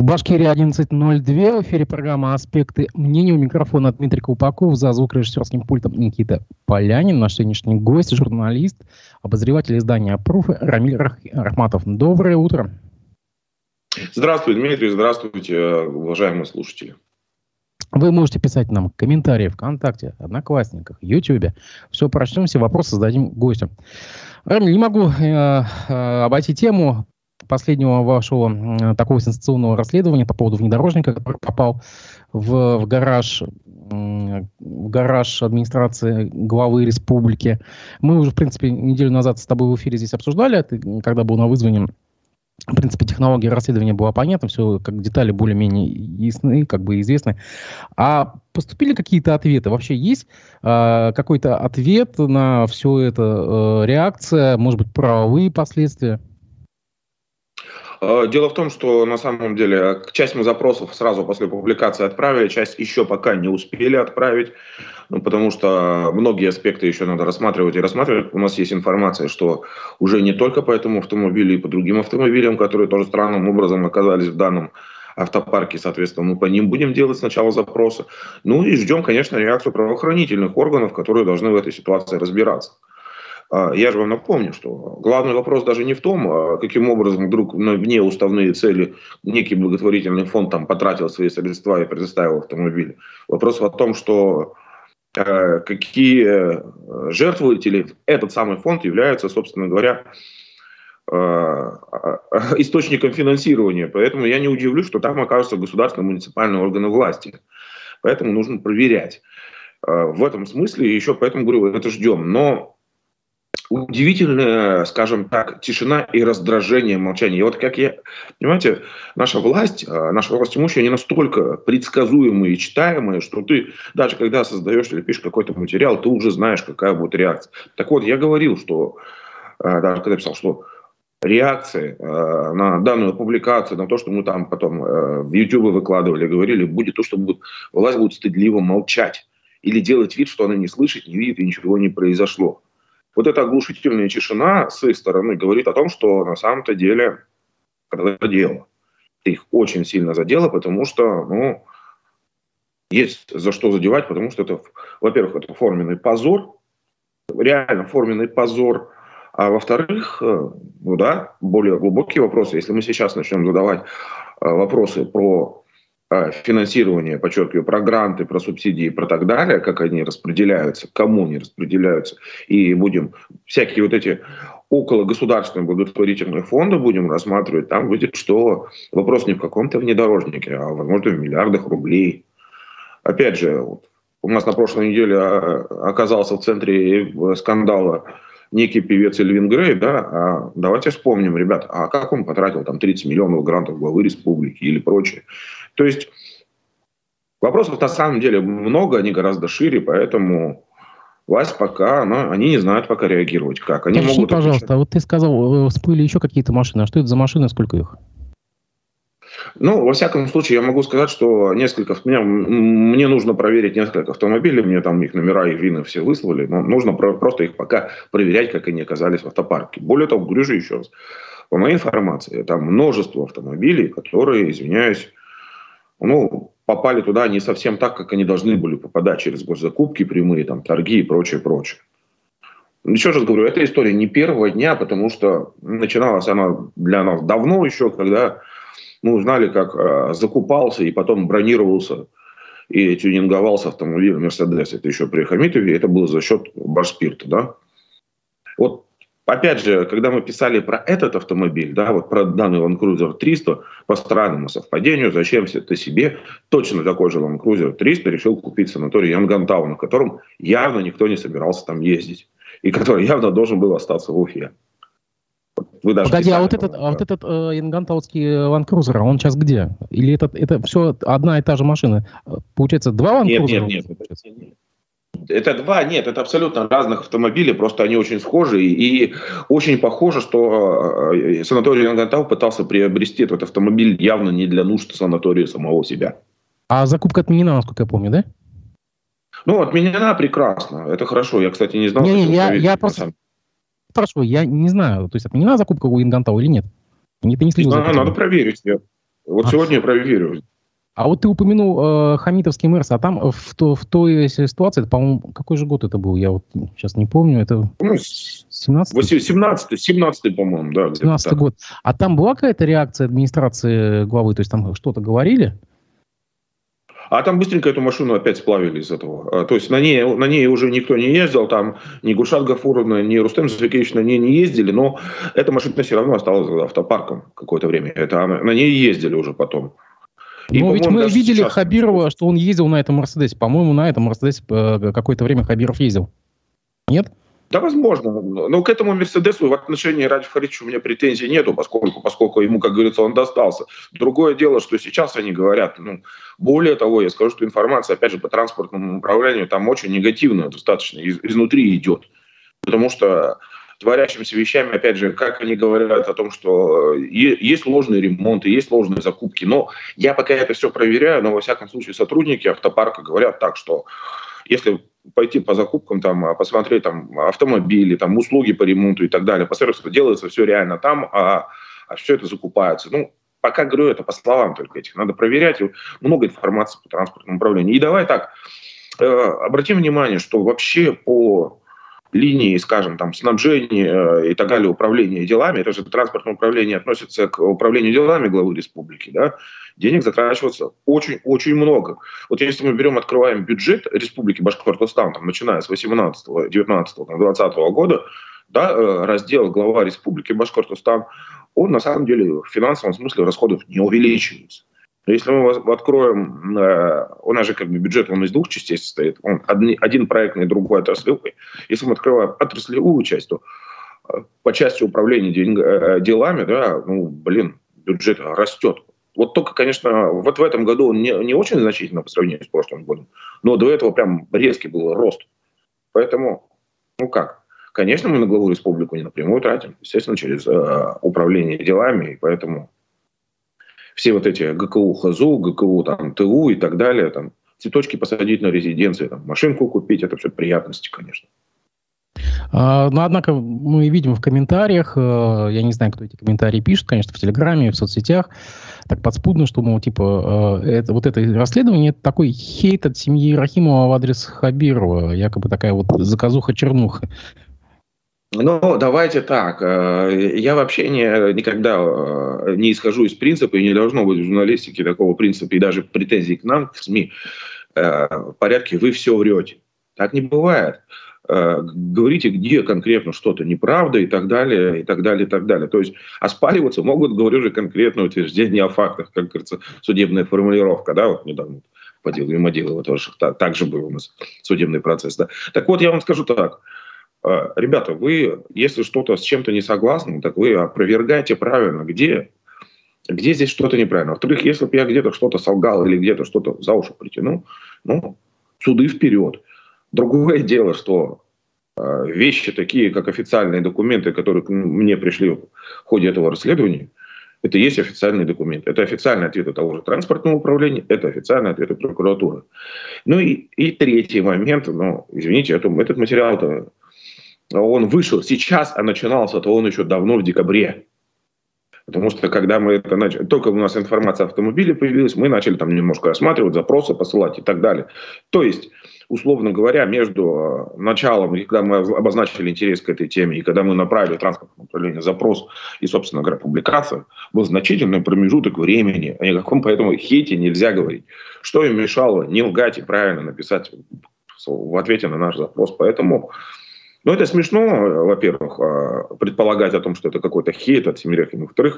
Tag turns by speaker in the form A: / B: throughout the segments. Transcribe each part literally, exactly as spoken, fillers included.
A: Башкирия одиннадцать ноль два, в эфире программа «Аспекты мнений». У микрофона Дмитрий Колпаков, за звукорежиссерским пультом Никита Полянин. Наш сегодняшний гость, журналист, обозреватель издания «Пруф» Рамиль Рах... Рахматов. Доброе утро.
B: Здравствуйте, Дмитрий, здравствуйте, уважаемые слушатели.
A: Вы можете писать нам комментарии ВКонтакте, Одноклассниках, Ютьюбе. Все прочтем, все вопросы зададим гостю. Рамиль, не могу э, э, обойти тему последнего вашего э, такого сенсационного расследования по поводу внедорожника, который попал в, в гараж, э, в гараж администрации главы республики. Мы уже, в принципе, неделю назад с тобой в эфире здесь обсуждали, ты, когда был на вызвании. В принципе, технология расследования была понятна, все как детали более-менее ясны, как бы известны. А поступили какие-то ответы? Вообще есть э, какой-то ответ на все это, э, реакция, может быть, правовые последствия?
B: Дело в том, что на самом деле часть мы запросов сразу после публикации отправили, часть еще пока не успели отправить, ну, потому что многие аспекты еще надо рассматривать и рассматривать. У нас есть информация, что уже не только по этому автомобилю, и по другим автомобилям, которые тоже странным образом оказались в данном автопарке, соответственно, мы по ним будем делать сначала запросы. Ну и ждем, конечно, реакцию правоохранительных органов, которые должны в этой ситуации разбираться. Я же вам напомню, что главный вопрос даже не в том, каким образом вдруг на внеуставные цели некий благотворительный фонд там потратил свои средства и предоставил автомобиль. Вопрос в том, что э, какие жертвователи этот самый фонд являются, собственно говоря, э, источником финансирования. Поэтому я не удивлюсь, что там окажутся государственные муниципальные органы власти. Поэтому нужно проверять. Э, в этом смысле еще поэтому говорю, это ждем. Но удивительная, скажем так, тишина и раздражение, молчание. И вот как я, понимаете, наша власть, наша власть имущие, они настолько предсказуемые и читаемые, что ты, даже когда создаешь или пишешь какой-то материал, ты уже знаешь, какая будет реакция. Так вот, я говорил, что, даже когда писал, что реакции на данную публикацию, на то, что мы там потом в YouTube выкладывали, говорили, будет то, что будет, власть будет стыдливо молчать или делать вид, что она не слышит, не видит и ничего не произошло. Вот эта оглушительная тишина с их стороны говорит о том, что на самом-то деле это задело. Их очень сильно задело, потому что, ну, есть за что задевать, потому что это, во-первых, это форменный позор, реально форменный позор, а во-вторых, ну да, более глубокие вопросы. Если мы сейчас начнем задавать вопросы про финансирование, подчеркиваю, про гранты, про субсидии, про так далее, как они распределяются, кому они распределяются, и будем всякие вот эти около государственные благотворительные фонды будем рассматривать, там выйдет, что вопрос не в каком-то внедорожнике, а, возможно, в миллиардах рублей. Опять же, вот, у нас на прошлой неделе оказался в центре скандала некий певец Эльвин Грей, да, а давайте вспомним, ребят, а как он потратил там тридцать миллионов грантов главы республики или прочее. То есть вопросов на самом деле много, они гораздо шире, поэтому власть пока, она, они не знают пока реагировать как. Они
A: Подожди,
B: могут
A: пожалуйста,
B: отвечать.
A: А вот ты сказал, всплыли еще какие-то машины, а что это за машины, сколько их?
B: Ну, во всяком случае, я могу сказать, что несколько, мне, мне нужно проверить несколько автомобилей, мне там их номера и вины все выслали, но нужно про, просто их пока проверять, как они оказались в автопарке. Более того, говорю же еще раз, по моей информации, там множество автомобилей, которые, извиняюсь, ну, попали туда не совсем так, как они должны были попадать, через госзакупки прямые, там, торги и прочее, прочее. Еще раз говорю, эта история не первого дня, потому что начиналась она для нас давно еще, когда мы узнали, как э, закупался и потом бронировался и тюнинговался автомобиль Мерседес. Это еще при Хамитове, это было за счет Башспирта, да. Вот опять же, когда мы писали про этот автомобиль, да, вот про данный Land Cruiser триста, по странному совпадению, зачем ты себе точно такой же Land Cruiser триста решил купить в санатории Янгантау, на котором явно никто не собирался там ездить, и который явно должен был остаться в Уфе. Вы даже
A: Погоди,
B: писали,
A: а вот этот, а вот этот э, янгантаутский Land Cruiser, он сейчас где? Или это, это все одна и та же машина? Получается, два Land Cruiser?
B: Нет, нет, нет. Это, это два, нет, это абсолютно разных автомобилей, просто они очень схожи. И очень похоже, что э, санаторий Янгантау пытался приобрести этот автомобиль явно не для нужд санатория самого себя.
A: А закупка отменена, насколько я помню, да?
B: Ну, отменена прекрасно, это хорошо. Я, кстати, не знал.
A: Не, не, я, я просто... Спрашиваю, я не знаю, то есть отменена закупка у Янгантау или нет? Нет, ты не следил за этим.
B: Надо проверить. Я, Вот
A: а,
B: сегодня я проверю.
A: А вот ты упомянул э, хамитовский Мерс, а там в, то, в той ситуации, это, по-моему, какой же год это был? Я вот сейчас не помню. Это
B: Ну,
A: семнадцатый?
B: семнадцатый, семнадцатый, по-моему, да.
A: семнадцатый год. А там была какая-то реакция администрации главы? То есть там что-то говорили?
B: А там быстренько эту машину опять сплавили из этого. То есть на ней, на ней уже никто не ездил, там ни Гульшат Гафуровна, ни Рустем Зульфикарович на ней не ездили, но эта машина все равно осталась автопарком какое-то время. Это, на ней ездили уже потом.
A: И, но ведь мы видели сейчас... Хабирова, что он ездил на этом Мерседесе. По-моему, на этом Мерседесе какое-то время Хабиров ездил. Нет?
B: Да, возможно. Но к этому Мерседесу в отношении Радифа Харитовича у меня претензий нету, поскольку, поскольку ему, как говорится, он достался. Другое дело, что сейчас они говорят. Ну, более того, я скажу, что информация, опять же, по транспортному управлению там очень негативная достаточно, из, изнутри идет. Потому что творящимися вещами, опять же, как они говорят о том, что есть ложные ремонты, есть ложные закупки. Но я пока это все проверяю, но во всяком случае сотрудники автопарка говорят так, что если пойти по закупкам, там, посмотреть там, автомобили, там, услуги по ремонту и так далее, посмотреть, что делается все реально там, а, а все это закупается. Ну, пока, говорю, это по словам только этих. Надо проверять. Много информации по транспортному управлению. И давай так, э, обратим внимание, что вообще по линии, скажем, там, снабжения и так далее, управления делами, это же транспортное управление относится к управлению делами главы республики, да, денег затрачивается очень-очень много. Вот если мы берем, открываем бюджет Республики Башкортостан, там, начиная с восемнадцатого, девятнадцатого, двадцатого года, да, раздел глава Республики Башкортостан, он на самом деле в финансовом смысле расходов не увеличивается. Но если мы откроем, э, у нас же как бы бюджет, он из двух частей состоит, он один, один проектный, другой отраслевой. Если мы открываем отраслевую часть, то э, по части управления деньг, э, делами, да, ну, блин, бюджет растет. Вот только, конечно, вот в этом году он не, не очень значительно по сравнению с прошлым годом, но до этого прям резкий был рост. Поэтому, ну как, конечно, мы на главу республику не напрямую тратим, естественно, через э, управление делами, и поэтому все вот эти ГКУ ХАЗУ, ГКУ там, ТУ и так далее, там, цветочки посадить на резиденции, там, машинку купить, это все приятности, конечно.
A: А, но, однако, мы видим в комментариях, я не знаю, кто эти комментарии пишет, конечно, в Телеграме, в соцсетях, так подспудно, что, мол, типа, это, вот это расследование, это такой хейт от семьи Рахимова в адрес Хабирова, якобы такая вот заказуха-чернуха.
B: Ну, давайте так. Я вообще не, никогда не исхожу из принципа, и не должно быть в журналистике такого принципа, и даже претензий к нам, в СМИ, в порядке «вы все врете». Так не бывает. Говорите, где конкретно что-то неправда и так далее, и так далее, и так далее. То есть оспариваться могут, говорю же, конкретное утверждение о фактах, как говорится, судебная формулировка, да, вот недавно по делу Имадилова тоже так, так же был у нас судебный процесс, да. Так вот, я вам скажу так. Ребята, вы, если что-то с чем-то не согласны, так вы опровергайте правильно, где, где здесь что-то неправильно. Во-вторых, если бы я где-то что-то солгал или где-то что-то за уши притянул, ну, суды вперед. Другое дело, что э, вещи такие, как официальные документы, которые мне пришли в ходе этого расследования, это есть официальный документ. Это официальный ответ того же транспортного управления, это официальный ответ прокуратуры. Ну и, и третий момент, ну, извините, это, этот материал-то он вышел сейчас, а начинался-то он еще давно, в декабре. Потому что когда мы это начали, только у нас информация о автомобиле появилась, мы начали там немножко рассматривать, запросы посылать и так далее. То есть, условно говоря, между началом, когда мы обозначили интерес к этой теме, и когда мы направили транспортное управление запрос и, собственно говоря, публикация, был значительный промежуток времени. О никаком поэтому хейте нельзя говорить. Что им мешало не лгать и правильно написать в ответе на наш запрос. Поэтому... Ну, это смешно, во-первых, предполагать о том, что это какой-то хейт от семьи Рахимовых. Во-вторых,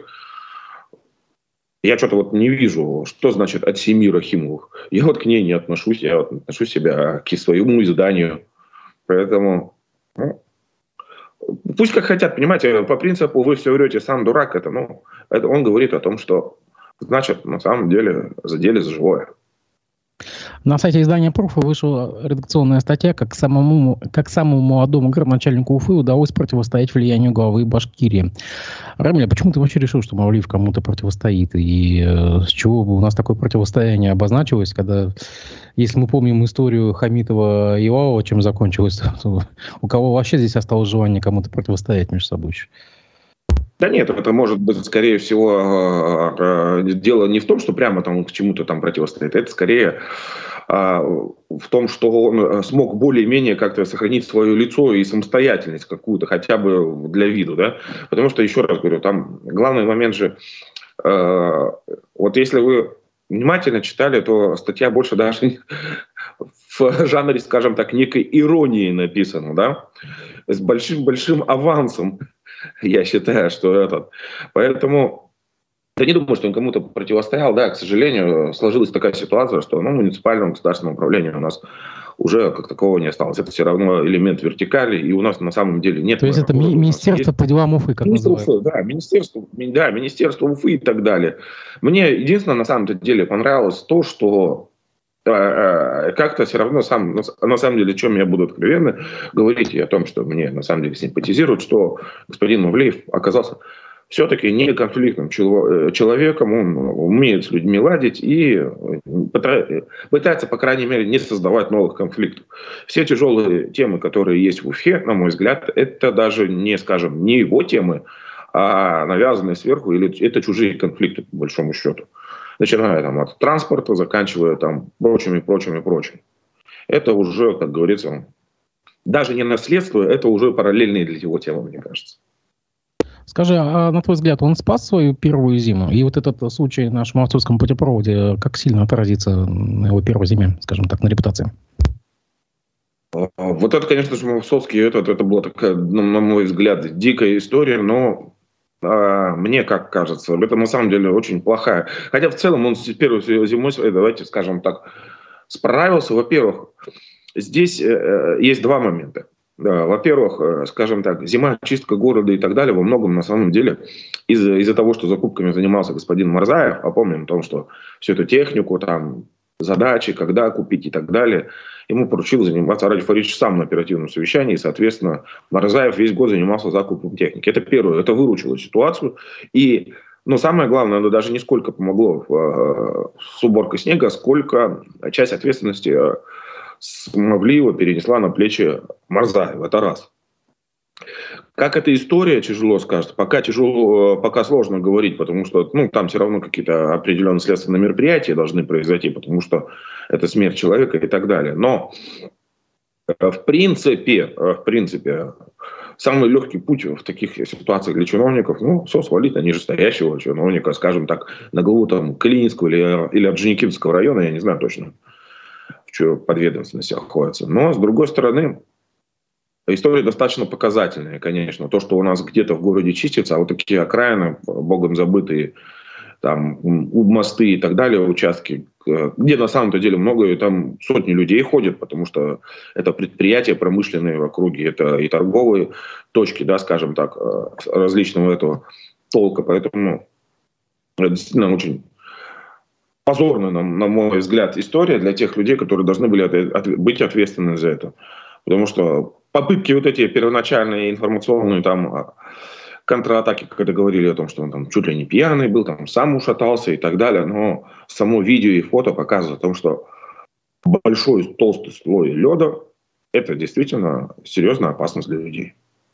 B: я что-то вот не вижу, что значит от семьи Рахимовых. Я вот к ней не отношусь, я вот отношу себя к своему изданию. Поэтому, ну, пусть как хотят, понимаете, по принципу вы все врете, сам дурак, это, ну, это он говорит о том, что значит на самом деле задели за живое.
A: На сайте издания «Профа» вышла редакционная статья, как самому, как самому молодому градоначальнику Уфы удалось противостоять влиянию главы Башкирии. Рамиль, а почему ты вообще решил, что Мавлиев кому-то противостоит? И э, с чего бы у нас такое противостояние обозначилось, когда, если мы помним историю Хамитова и Илалова, чем закончилось, то у кого вообще здесь осталось желание кому-то противостоять между собой еще?
B: Да нет, это может быть, скорее всего, дело не в том, что прямо там к чему-то там противостоит. Это скорее в том, что он смог более-менее как-то сохранить свое лицо и самостоятельность какую-то, хотя бы для виду, да. Потому что, еще раз говорю, там главный момент же, вот если вы внимательно читали, то статья больше даже в жанре, скажем так, некой иронии написана, да, с большим-большим авансом. Я считаю, что этот. Поэтому я не думаю, что он кому-то противостоял. Да, к сожалению, сложилась такая ситуация, что ну, муниципального государственного управления у нас уже как такового не осталось. Это все равно элемент вертикали, и у нас на самом деле нет.
A: То есть это ми- Министерство есть... по делам Уфы, как называется? Уфы,
B: да, министерство, да, Министерство Уфы и так далее. Мне единственное, на самом деле, понравилось то, что как-то все равно сам, на самом деле, о чем я буду откровенно говорить, о том, что мне на самом деле симпатизирует, что господин Мавлиев оказался все-таки не конфликтным человеком, он умеет с людьми ладить и пытается, по крайней мере, не создавать новых конфликтов. Все тяжелые темы, которые есть в Уфе, на мой взгляд, это даже не, скажем, не его темы, а навязанные сверху, или это чужие конфликты, по большому счету. Начиная там, от транспорта, заканчивая там прочим и прочим и прочим. Это уже, как говорится, даже не наследство, это уже параллельные для его темы, мне кажется.
A: Скажи, а на твой взгляд, он спас свою первую зиму? И вот этот случай на Шмовцовском путепроводе, как сильно отразится на его первой зиме, скажем так, на репутации?
B: Вот это, конечно, Шмовцовский, это, это была такая, на мой взгляд, дикая история, но мне как кажется, это на самом деле очень плохая. Хотя в целом он с первой зимой, давайте скажем так, справился. Во-первых, здесь есть два момента. Во-первых, скажем так, зима, чистка города и так далее во многом на самом деле из-за, из-за того, что закупками занимался господин Марзаев, а помним о том, что всю эту технику, там, задачи, когда купить и так далее, ему поручил заниматься Ради Фаридович сам на оперативном совещании, и, соответственно, Марзаев весь год занимался закупом техники. Это первое, это выручило ситуацию. И, но самое главное, оно даже не сколько помогло в, с уборкой снега, сколько часть ответственности с Мавлиева перенесла на плечи Марзаева. Это раз. Как эта история, тяжело скажется, пока тяжело, пока сложно говорить, потому что ну, там все равно какие-то определенные следственные мероприятия должны произойти, потому что это смерть человека и так далее. Но в принципе, в принципе, самый легкий путь в таких ситуациях для чиновников, ну, все свалить на нижестоящего чиновника, скажем так, на главу там Калининского или, или Орджоникидзевского района, я не знаю точно, в чьей подведомственности находится. Но, с другой стороны, история достаточно показательная, конечно. То, что у нас где-то в городе чистится, а вот такие окраины, богом забытые, там, мосты и так далее, участки, где на самом-то деле много, и там сотни людей ходят, потому что это предприятия промышленные в округе, это и торговые точки, да, скажем так, различного этого толка. Поэтому это действительно очень позорная, на, на мой взгляд, история для тех людей, которые должны были от, от, быть ответственны за это. Потому что попытки вот эти первоначальные информационные там контратаки, когда говорили о том, что он там чуть ли не пьяный был, там сам ушатался и так далее, но само видео и фото показывают о том, что большой толстый слой леда – это действительно серьезная опасность для людей.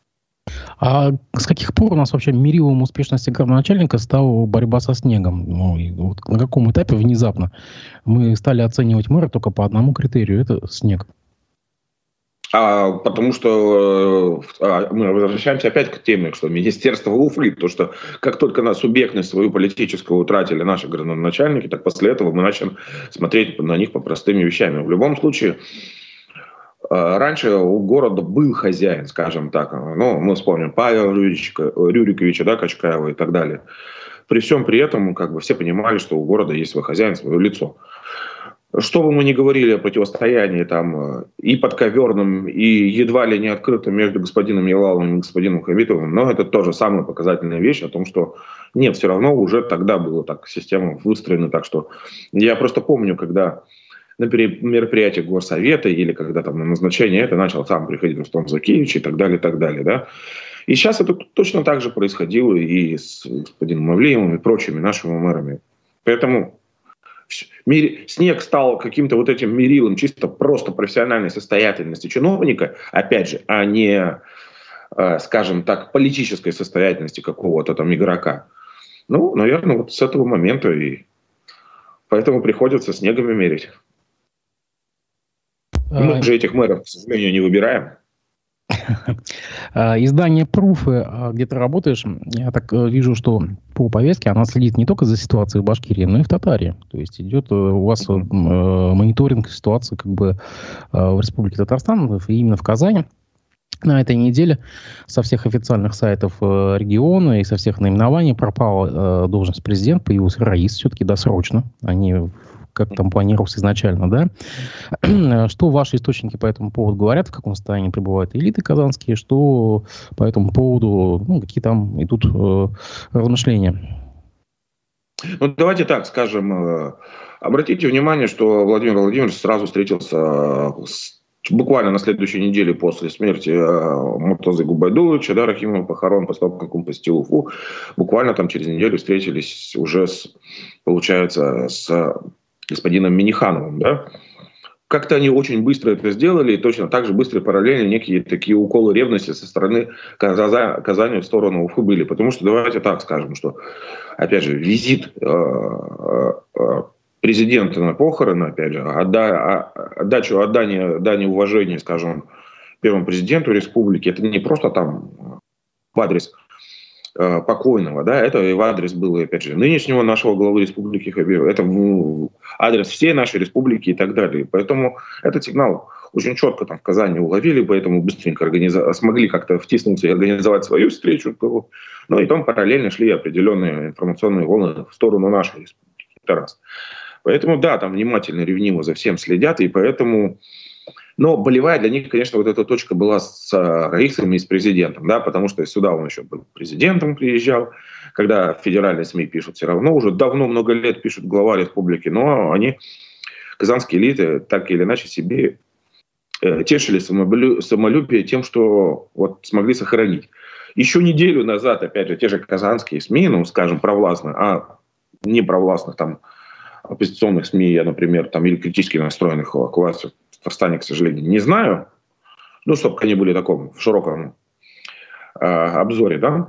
A: А с каких пор у нас вообще мерилом успешности градоначальника стала борьба со снегом? Ну, и вот на каком этапе внезапно мы стали оценивать мэра только по одному критерию – это снег?
B: А, потому что а, мы возвращаемся опять к теме, что Министерство Уфы, то что как только на субъектность свою политическую утратили наши градоначальники, так после этого мы начали смотреть на них по простыми вещами. В любом случае, раньше у города был хозяин, скажем так. Ну, мы вспомним Павла Рюриковича, да, Качкаева и так далее. При всем при этом как бы все понимали, что у города есть свой хозяин, свое лицо. Что бы мы ни говорили о противостоянии там, и подковерном, и едва ли не открытом между господином Елаловым и господином Хамитовым, но это тоже самая показательная вещь о том, что нет, все равно уже тогда была так система выстроена так, что я просто помню, когда на мероприятиях Горсовета или когда там на назначение это начал сам приходить Рустам Закевич и так далее, и так далее, да. И сейчас это точно так же происходило и с господином Мавлиевым и прочими нашими мэрами. Поэтому снег стал каким-то вот этим мерилом чисто просто профессиональной состоятельности чиновника, опять же, а не э, скажем так, политической состоятельности какого-то там игрока. Ну, наверное, вот с этого момента и поэтому приходится снегами мерить. И мы же этих мэров, к сожалению, не выбираем.
A: Издание «Пруфы», где ты работаешь, я так вижу, что по повестке она следит не только за ситуацией в Башкирии, но и в Татарии. То есть идет у вас мониторинг ситуации как бы в Республике Татарстан, именно в Казани. На этой неделе со всех официальных сайтов региона и со всех наименований пропала должность президента, появился Раис все-таки досрочно. Они как там планировалось изначально, да. Что ваши источники по этому поводу говорят, в каком состоянии пребывают элиты казанские, что по этому поводу, ну, какие там идут э, размышления?
B: Ну, давайте так скажем. Обратите внимание, что Владимир Владимирович сразу встретился с, буквально на следующей неделе после смерти Муртазы Губайдуловича, да, Рахимова, похорон, поскольку компостил Уфу, буквально там через неделю встретились уже с, получается, с господином Миннихановым, да. Как-то они очень быстро это сделали, и точно так же быстро и параллельно некие такие уколы ревности со стороны Казани в сторону Уфы были. Потому что, давайте так скажем, что, опять же, визит э, э, президента на похороны, опять же, отда, отдачу, отдание, отдание уважения, скажем, первому президенту республики, это не просто там в адрес покойного, да, это и в адрес было, опять же, нынешнего нашего главы республики Хабирова, это в адрес всей нашей республики и так далее. Поэтому этот сигнал очень четко там в Казани уловили, поэтому быстренько организа- смогли как-то втиснуться и организовать свою встречу. Ну и там параллельно шли определенные информационные волны в сторону нашей республики. Это раз. Поэтому, да, там внимательно, ревниво за всем следят, и поэтому... Но болевая для них, конечно, вот эта точка была с Раисом и с президентом, да, потому что сюда он еще был президентом, приезжал, когда федеральные СМИ пишут все равно, уже давно, много лет пишут глава республики, но они, казанские элиты, так или иначе себе э, тешили самолю, самолюбие тем, что вот смогли сохранить. Еще неделю назад, опять же, те же казанские СМИ, ну, скажем, провластные, а не провластных, там, оппозиционных СМИ, я, например, там, или критически настроенных к власти, в Татарстане, к сожалению, не знаю. Ну, чтобы они были в таком в широком э, обзоре, да.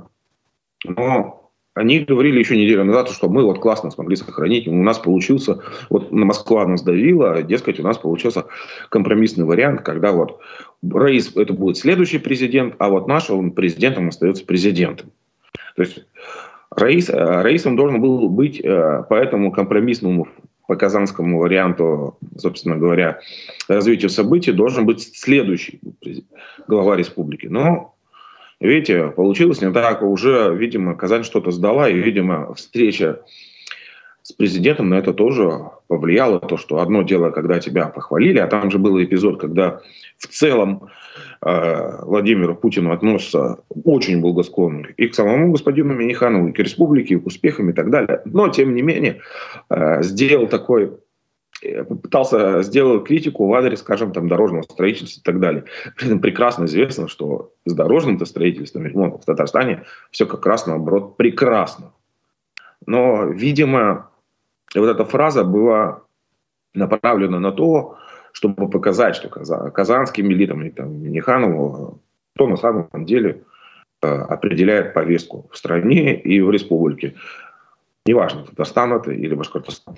B: Но они говорили еще неделю назад, что мы вот классно смогли сохранить. У нас получился, вот Москва нас давила, дескать, у нас получился компромиссный вариант, когда вот Раис это будет следующий президент, а вот наш он президентом остается президентом. То есть Раис, Раисом должен был быть э, по этому компромиссному, по казанскому варианту, собственно говоря, развития событий, должен быть следующий глава республики. Но, видите, получилось не так. Уже, видимо, Казань что-то сдала, и, видимо, встреча с президентом на это тоже повлияло. То, что одно дело, когда тебя похвалили, а там же был эпизод, когда в целом э, Владимир Путин относится очень благосклонно и к самому господину Минниханову, и к республике, и к успехам и так далее. Но, тем не менее, э, сделал такой, попытался сделать критику в адрес, скажем, там, дорожного строительства и так далее. При этом прекрасно известно, что с дорожным-то строительством в Татарстане все как раз наоборот прекрасно. Но, видимо, вот эта фраза была направлена на то, чтобы показать, что казанским элитам и там, Минниханову, кто на самом деле э, определяет повестку в стране и в республике. Неважно, Татарстан это или Башкортостан.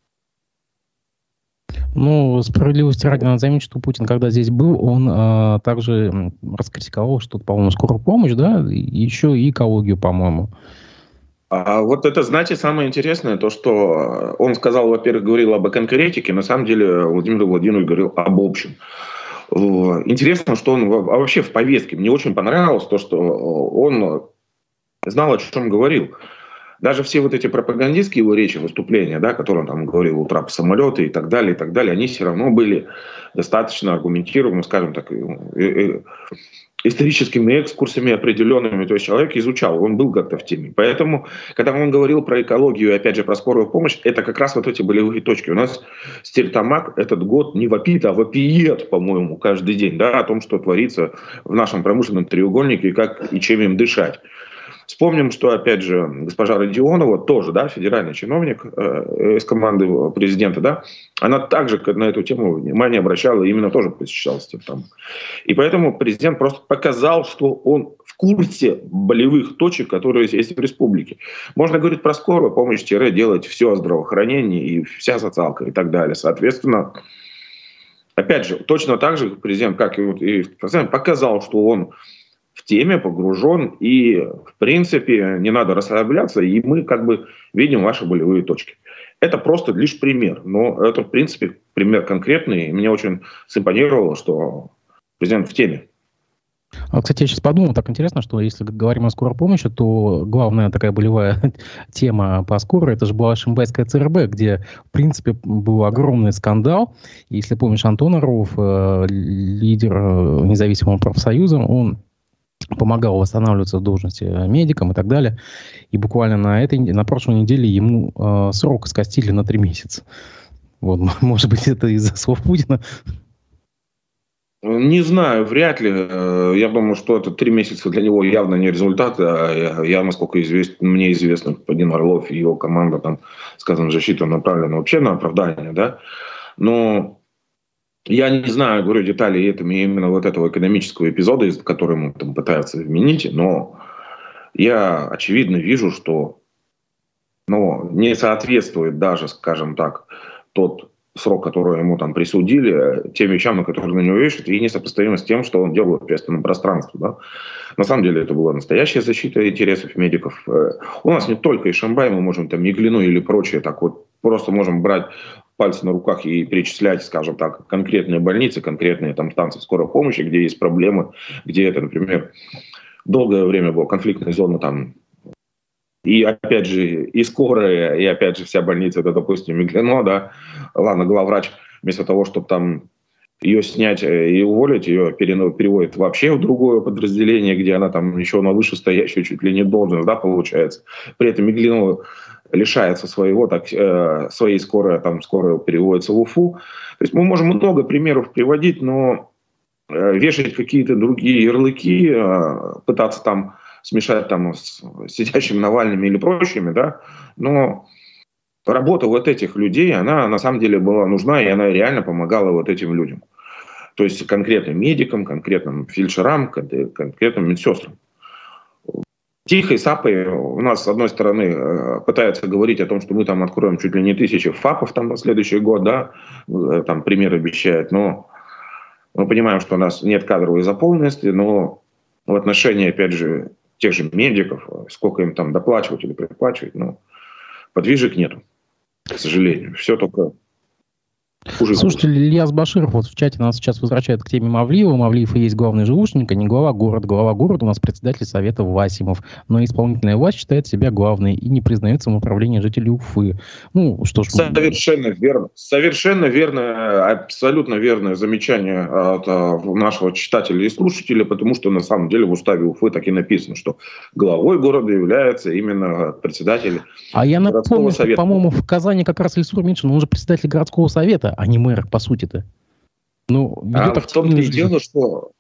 A: Ну, справедливости ради надо заметить, что Путин, когда здесь был, он э, также раскритиковал что-то, по-моему, скорую помощь, да, и еще и экологию, по-моему.
B: А вот это, знаете, самое интересное, то, что он сказал, во-первых, говорил об конкретике, на самом деле Владимир Владимирович говорил об общем. Интересно, что он вообще в повестке, мне очень понравилось то, что он знал, о чем говорил. Даже все вот эти пропагандистские его речи, выступления, да, которые он там говорил, утра по самолеты и так далее, и так далее, они все равно были достаточно аргументированными, скажем так, историческими экскурсами определенными. То есть человек изучал, он был как-то в теме. Поэтому, когда он говорил про экологию и опять же про скорую помощь, это как раз вот эти болевые точки. У нас Стерлитамак этот год не вопит, а вопиет, по-моему, каждый день, да, о том, что творится в нашем промышленном треугольнике и как и чем им дышать. Вспомним, что, опять же, госпожа Родионова, тоже, да, федеральный чиновник э, из команды президента, да, она также на эту тему внимание обращала, и именно тоже посещалась тем там. И поэтому президент просто показал, что он в курсе болевых точек, которые есть в республике. Можно говорить про скорую помощь, тире, делать все о здравоохранении и вся социалка и так далее. Соответственно, опять же, точно так же президент, как и, вот, и показал, что он в теме погружен, и, в принципе, не надо расслабляться, и мы как бы видим ваши болевые точки. Это просто лишь пример, но это, в принципе, пример конкретный, и мне очень симпонировало, что президент в теме.
A: А, кстати, я сейчас подумал, так интересно, что если говорим о скорой помощи, то главная такая болевая тема по скорой, это же была Шимбайская ЦРБ, где, в принципе, был огромный скандал. Если помнишь, Антон Орлов, э, лидер э, независимого профсоюза, он помогал восстанавливаться в должности медикам и так далее. И буквально на, этой, на прошлой неделе ему э, срок скостили на три месяца. Вот, может быть, это из-за слов Путина?
B: Не знаю, вряд ли. Я думаю, что это три месяца для него явно не результат. А я, насколько известно, мне известно, господин Орлов и его команда, там, скажем, защита направлена вообще на оправдание, да. Но я не знаю, говорю, деталей этого, именно вот этого экономического эпизода, который ему там пытаются вменить, но я очевидно вижу, что, ну, не соответствует даже, скажем так, тот срок, который ему там присудили, тем вещам, на которые на него вешают, и несопоставимо с тем, что он делал в общественном пространстве. Да? На самом деле это была настоящая защита интересов медиков. У нас не только Ишимбай, мы можем там Неглину или прочее, так вот просто можем брать пальцы на руках и перечислять, скажем так, конкретные больницы, конкретные там станции скорой помощи, где есть проблемы, где это, например, долгое время была конфликтная зона там. И опять же, и скорая, и опять же вся больница, это, допустим, Меглино, да, ладно, главврач, вместо того, чтобы там ее снять и уволить, ее переводит вообще в другое подразделение, где она там еще на вышестоящую чуть ли не должность, да, получается. При этом Меглино лишается своего, так, э, своей скорой, там скорая переводится в Уфу. То есть мы можем много примеров приводить, но э, вешать какие-то другие ярлыки, э, пытаться там смешать там с сидящими Навальными или прочими, да, но работа вот этих людей, она на самом деле была нужна, и она реально помогала вот этим людям. То есть конкретным медикам, конкретным фельдшерам, конкретным медсестрам. Тихой сапой у нас, с одной стороны, пытаются говорить о том, что мы там откроем чуть ли не тысячи ФАПов там на следующий год, да, там пример обещают, но мы понимаем, что у нас нет кадровой заполненности, но в отношении, опять же, тех же медиков, сколько им там доплачивать или приплачивать, но подвижек нету, к сожалению. Все только хуже.
A: Слушайте, Ильяс Баширов вот в чате нас сейчас возвращает к теме Мавлиева. Мавлиев и есть главный ЖУшник, а не глава города. Глава города у нас председатель совета Васимов. Но исполнительная власть считает себя главной и не признает самоуправление жителей Уфы. Ну, что ж...
B: Совершенно верно. Совершенно верно, абсолютно верное замечание от нашего читателя и слушателя, потому что на самом деле в уставе Уфы так и написано, что главой города является именно председатель
A: а я напомню, что, по-моему, в Казани как раз Ильсур Меньшин, он же председатель городского совета, а не мэр, по сути-то. Ну,
B: а в том-то и дело, что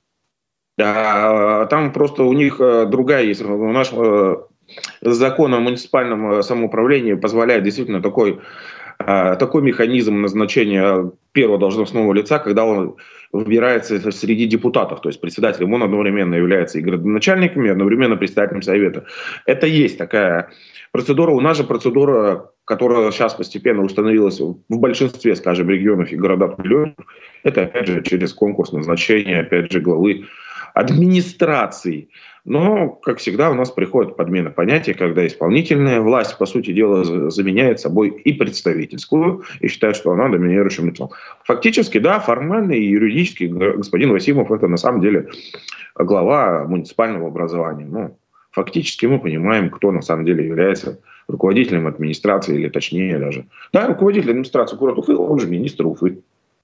B: а, там просто у них а, другая есть. У нас а, закон о муниципальном самоуправлении позволяет действительно такой, а, такой механизм назначения первого должностного лица, когда он выбирается среди депутатов. То есть председателем он одновременно является и градоначальником, и одновременно председателем совета. Это есть такая процедура. У нас же процедура, которая сейчас постепенно установилась в большинстве, скажем, регионов и городов-миллионов, это, опять же, через конкурс назначения, опять же, главы администрации. Но, как всегда, у нас приходит подмена понятия, когда исполнительная власть, по сути дела, заменяет собой и представительскую, и считает, что она доминирующим лицом. Фактически, да, формально и юридически господин Васимов — это на самом деле глава муниципального образования. Но фактически мы понимаем, кто на самом деле является руководителем администрации, или точнее даже. Да, руководитель администрации города Уфы, он же министр Уфы.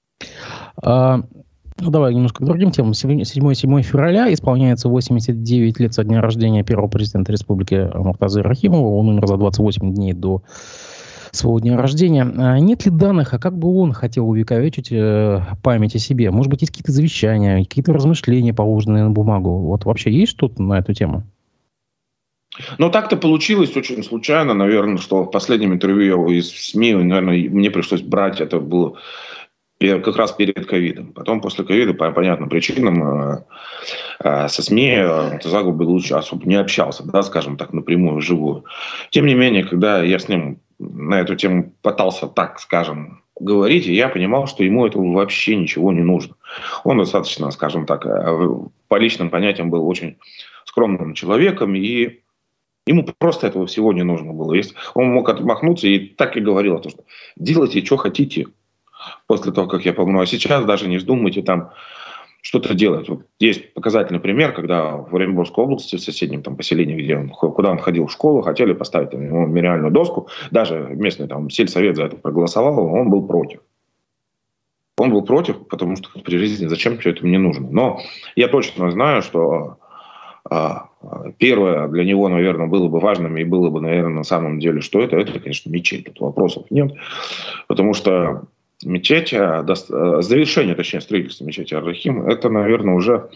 A: А, ну, давай немножко к другим темам. седьмого февраля исполняется восемьдесят девять лет со дня рождения первого президента республики Муртазы Рахимова. Он умер за двадцать восемь дней до своего дня рождения. А нет ли данных, а как бы он хотел увековечить э, память о себе? Может быть, есть какие-то завещания, какие-то размышления, положенные на бумагу? Вот вообще есть что-то на эту тему?
B: Но так-то получилось очень случайно, наверное, что в последнем интервью из СМИ, наверное, мне пришлось брать, это было как раз перед ковидом. Потом после ковида по понятным причинам со СМИ Муртаза Губайдулович особо не общался, да, скажем так, напрямую, вживую. Тем не менее, когда я с ним на эту тему пытался, так скажем, говорить, я понимал, что ему этого вообще ничего не нужно. Он достаточно, скажем так, по личным понятиям был очень скромным человеком, и ему просто этого всего не нужно было. Если он мог отмахнуться и так и говорил, что делайте, что хотите, после того, как я помру. А сейчас даже не вздумайте там что-то делать. Вот есть показательный пример, когда в Оренбургской области, в соседнем там поселении, где он, куда он ходил в школу, хотели поставить там, ему мемориальную доску. Даже местный там сельсовет за это проголосовал, он был против. Он был против, потому что при жизни зачем все это мне нужно. Но я точно знаю, что а, первое для него, наверное, было бы важным и было бы, наверное, на самом деле, что это, это, конечно, мечеть. Тут вопросов нет. Потому что мечеть, завершение, точнее, строительства мечети Ар-Рахим, это, наверное, уже...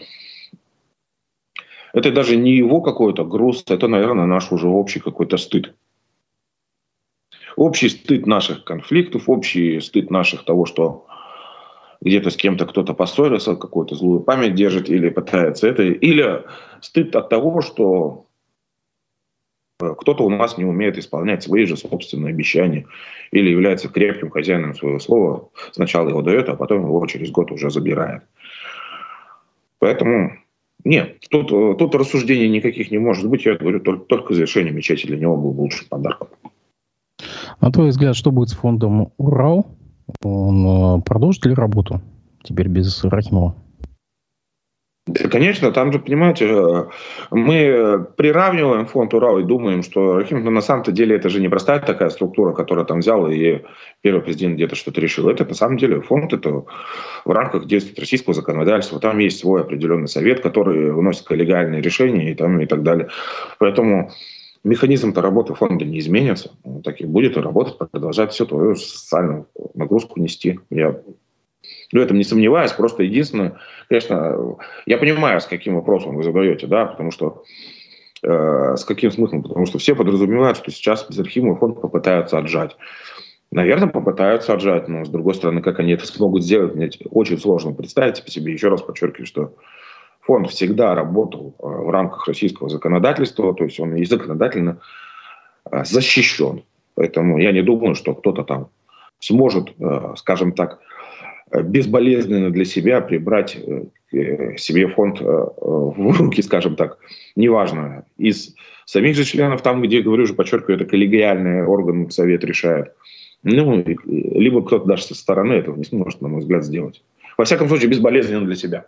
B: Это даже не его какой-то груз, это, наверное, наш уже общий какой-то стыд. Общий стыд наших конфликтов, общий стыд наших того, что где-то с кем-то кто-то поссорился, какую-то злую память держит или пытается это. Или стыд от того, что кто-то у нас не умеет исполнять свои же собственные обещания или является крепким хозяином своего слова. Сначала его дает, а потом его через год уже забирает. Поэтому нет, тут, тут рассуждений никаких не может быть. Я говорю, только, только завершение мечети для него был лучшим подарком.
A: На твой взгляд, что будет с фондом «Урал»? Он продолжит ли работу теперь без Рахимова?
B: Да, конечно, там же, понимаете, мы приравниваем фонд «Урал» и думаем, что Рахимов, но на самом-то деле это же не простая такая структура, которая там взяла и первый президент где-то что-то решил. Это на самом деле фонд, это в рамках действия российского законодательства. Там есть свой определенный совет, который выносит коллегиальные решения и, там, и так далее. Поэтому механизм-то работы фонда не изменится. Он так и будет и работать, продолжать всю твою социальную нагрузку нести. Я в этом не сомневаюсь. Просто единственное, конечно, я понимаю, с каким вопросом вы задаете, да, потому что э, с каким смыслом, потому что все подразумевают, что сейчас без Рахимова фонд попытаются отжать. Наверное, попытаются отжать, но с другой стороны, как они это смогут сделать, мне очень сложно представить по себе. Еще раз подчеркиваю, что фонд всегда работал э, в рамках российского законодательства, то есть он и законодательно э, защищен. Поэтому я не думаю, что кто-то там сможет, э, скажем так, безболезненно для себя прибрать э, себе фонд э, в руки, скажем так, неважно, из самих же членов, там, где, говорю же, подчеркиваю, это коллегиальный орган, совет решает, ну, либо кто-то даже со стороны этого не сможет, на мой взгляд, сделать. Во всяком случае, безболезненно для себя.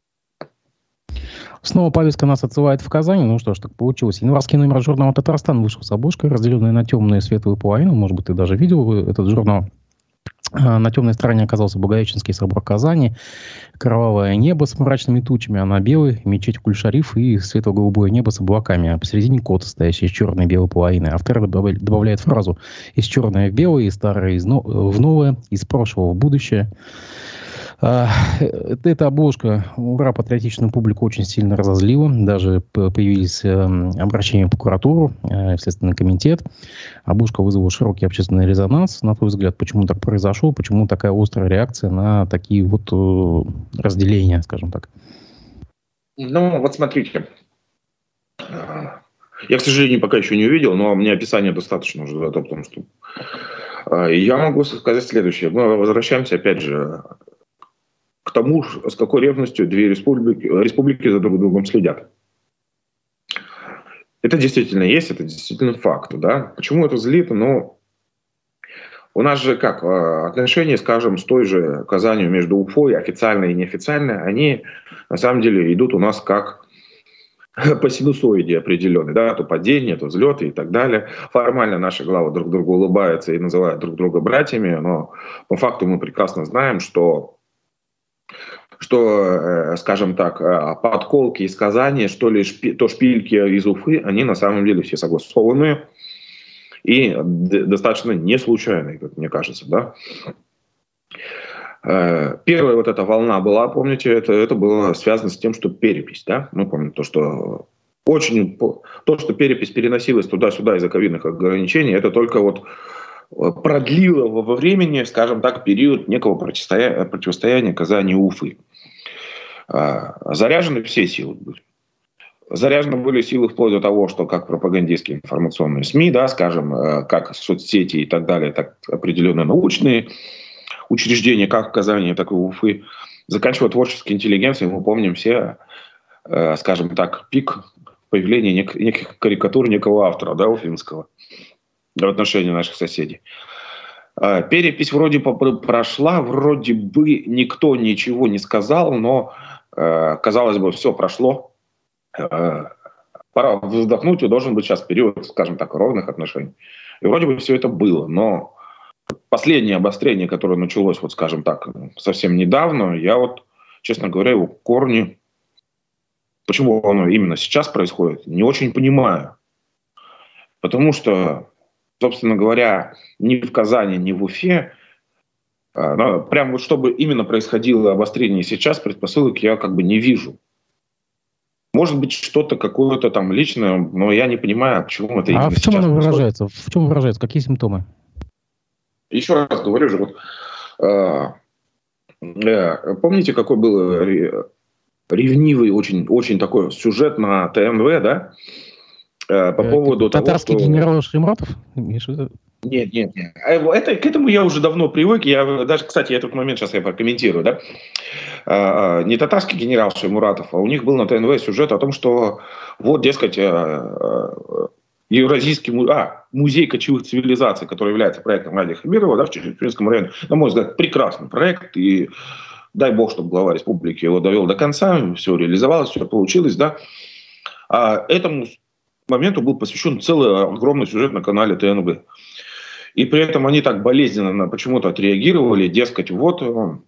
A: Снова повестка нас отсылает в Казань. Ну что ж, так получилось. Январский номер журнала «Татарстан» вышел с обложкой, разделенной на темную и светлую половину. Может быть, ты даже видел этот журнал. На темной стороне оказался Благовещенский собор Казани, кровавое небо с мрачными тучами, а на белой мечеть Куль-Шариф и светло-голубое небо с облаками, а посередине кот, стоящий из черной и белой половины. Автор добавляет фразу «из черное в белое, из старое в новое, из прошлого в будущее». Эта обложка «Ура» патриотичную публику очень сильно разозлила. Даже появились обращения в прокуратуру, в Следственный комитет. Обложка вызвала широкий общественный резонанс. На твой взгляд, почему так произошло? Почему такая острая реакция на такие вот разделения, скажем так?
B: Ну, вот смотрите. Я, к сожалению, пока еще не увидел, но мне описание достаточно уже, да, потому что я могу сказать следующее. Мы возвращаемся, опять же, к тому, с какой ревностью две республики, республики за друг другом следят. Это действительно есть, это действительно факт. Да? Почему это злит? Ну, у нас же как, отношения, скажем, с той же Казанью между Уфой, официальные и неофициальные, они на самом деле идут у нас как по синусоиде определенной. Да? То падение, то взлеты и так далее. Формально наши главы друг другу улыбаются и называют друг друга братьями, но по факту мы прекрасно знаем, что что, скажем так, подколки из Казани, что ли, шпи, то шпильки из Уфы, они на самом деле все согласованные и достаточно не случайные, как мне кажется, да. Первая вот эта волна была, помните, это, это было связано с тем, что перепись, да. Мы помним то, что очень... То, что перепись переносилась туда-сюда из-за ковидных ограничений, это только вот продлило во времени, скажем так, период некого противостояния, противостояния Казани и Уфы. Заряжены все силы были. Заряжены были силы вплоть до того, что как пропагандистские информационные СМИ, да, скажем, как соцсети и так далее, так определенные научные учреждения, как в Казани, так и в Уфе, заканчивая творческой интеллигенцией, мы помним все, скажем так, пик появления нек- неких карикатур некого автора, да, уфимского, в отношении наших соседей. Перепись вроде бы прошла, вроде бы никто ничего не сказал, но, казалось бы, все прошло. Пора вздохнуть, и должен быть сейчас период, скажем так, ровных отношений. И вроде бы все это было, но последнее обострение, которое началось, вот скажем так, совсем недавно, я вот, честно говоря, его корни, почему оно именно сейчас происходит, не очень понимаю. Потому что, собственно говоря, ни в Казани, ни в Уфе, прям вот чтобы именно происходило обострение сейчас, предпосылок я как бы не вижу. Может быть, что-то какое-то там личное, но я не понимаю, почему это именно сейчас.
A: А в чем оно
B: происходит.
A: выражается? В чем выражается? Какие симптомы?
B: Еще раз говорю же, вот, э, э, помните, какой был ревнивый очень, очень такой сюжет на ТНВ, да? Э, по поводу
A: Татарский
B: того, что...
A: генерал Шаймуратов?
B: Нет, нет, нет. Это, к этому я уже давно привык. Я даже, кстати, этот момент сейчас я прокомментирую, да? А, не татарский генерал Шаймуратов, а у них был на ТНВ сюжет о том, что вот, дескать, Евразийский музей, а, музей кочевых цивилизаций, который является проектом Ради Хабирова, да, в Чеченском районе, на мой взгляд, прекрасный проект, и дай бог, чтобы глава республики его довел до конца, все реализовалось, все получилось, да. А этому моменту был посвящен целый огромный сюжет на канале ТНВ. И при этом они так болезненно почему-то отреагировали, дескать, вот